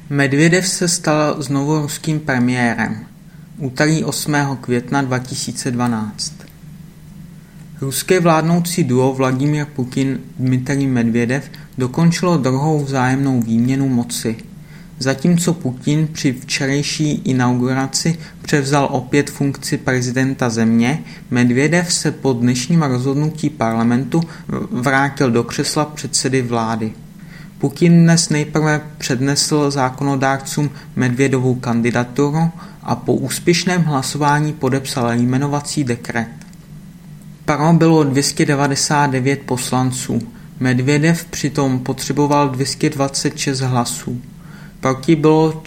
Medvěděv se stal znovu ruským premiérem. Úterý 8. května 2012. Ruské vládnoucí duo Vladimír Putin – Dmitrij Medvěděv dokončilo druhou vzájemnou výměnu moci. Zatímco Putin při včerejší inauguraci převzal opět funkci prezidenta země, Medvěděv se po dnešním rozhodnutí parlamentu vrátil do křesla předsedy vlády. Putin dnes nejprve přednesl zákonodárcům Medvěděvovu kandidaturu a po úspěšném hlasování podepsal jmenovací dekret. Pro bylo 299 poslanců, Medvěděv přitom potřeboval 226 hlasů. Proti bylo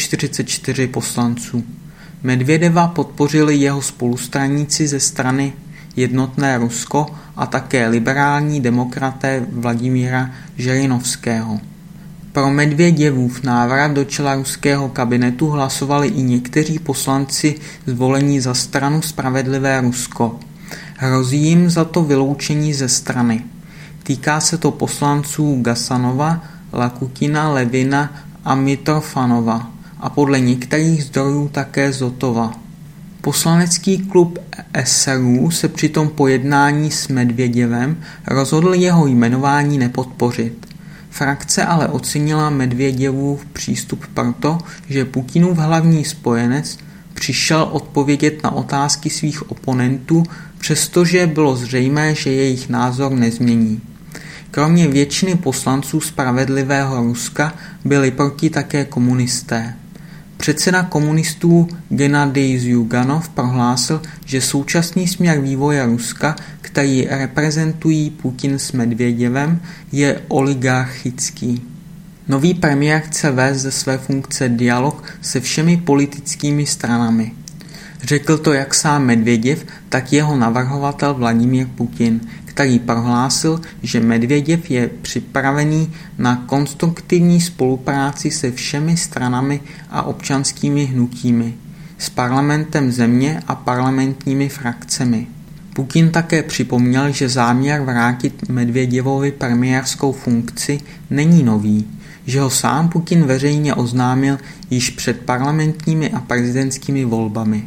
144 poslanců. Medvěděva podpořili jeho spolustraníci ze strany Jednotné Rusko a také liberální demokraté Vladimíra Žirinovského. Pro Medvěděvův návrat do čela ruského kabinetu hlasovali i někteří poslanci zvolení za stranu Spravedlivé Rusko. Hrozí jim za to vyloučení ze strany. Týká se to poslanců Gasanova, Lakutina, Levina a Mitrofanova a podle některých zdrojů také Zotova. Poslanecký klub SRU se přitom po jednání s Medvěděvem rozhodl jeho jmenování nepodpořit. Frakce ale ocenila Medvěděvův přístup proto, že Putinův hlavní spojenec přišel odpovědět na otázky svých oponentů, přestože bylo zřejmé, že jejich názor nezmění. Kromě většiny poslanců Spravedlivého Ruska byli proti také komunisté. Předseda komunistů Gennadij Zjuganov prohlásil, že současný směr vývoje Ruska, který reprezentují Putin s Medvěděvem, je oligarchický. Nový premiér chce vést ze své funkce dialog se všemi politickými stranami. Řekl to jak sám Medvěděv, tak jeho navrhovatel Vladimír Putin, který prohlásil, že Medvěděv je připravený na konstruktivní spolupráci se všemi stranami a občanskými hnutími, s parlamentem země a parlamentními frakcemi. Putin také připomněl, že záměr vrátit Medvěděvovi premiérskou funkci není nový, že ho sám Putin veřejně oznámil již před parlamentními a prezidentskými volbami.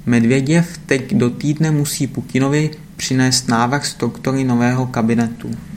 Medvěděv teď do týdne musí Putinovi přinést návrh struktury nového kabinetu.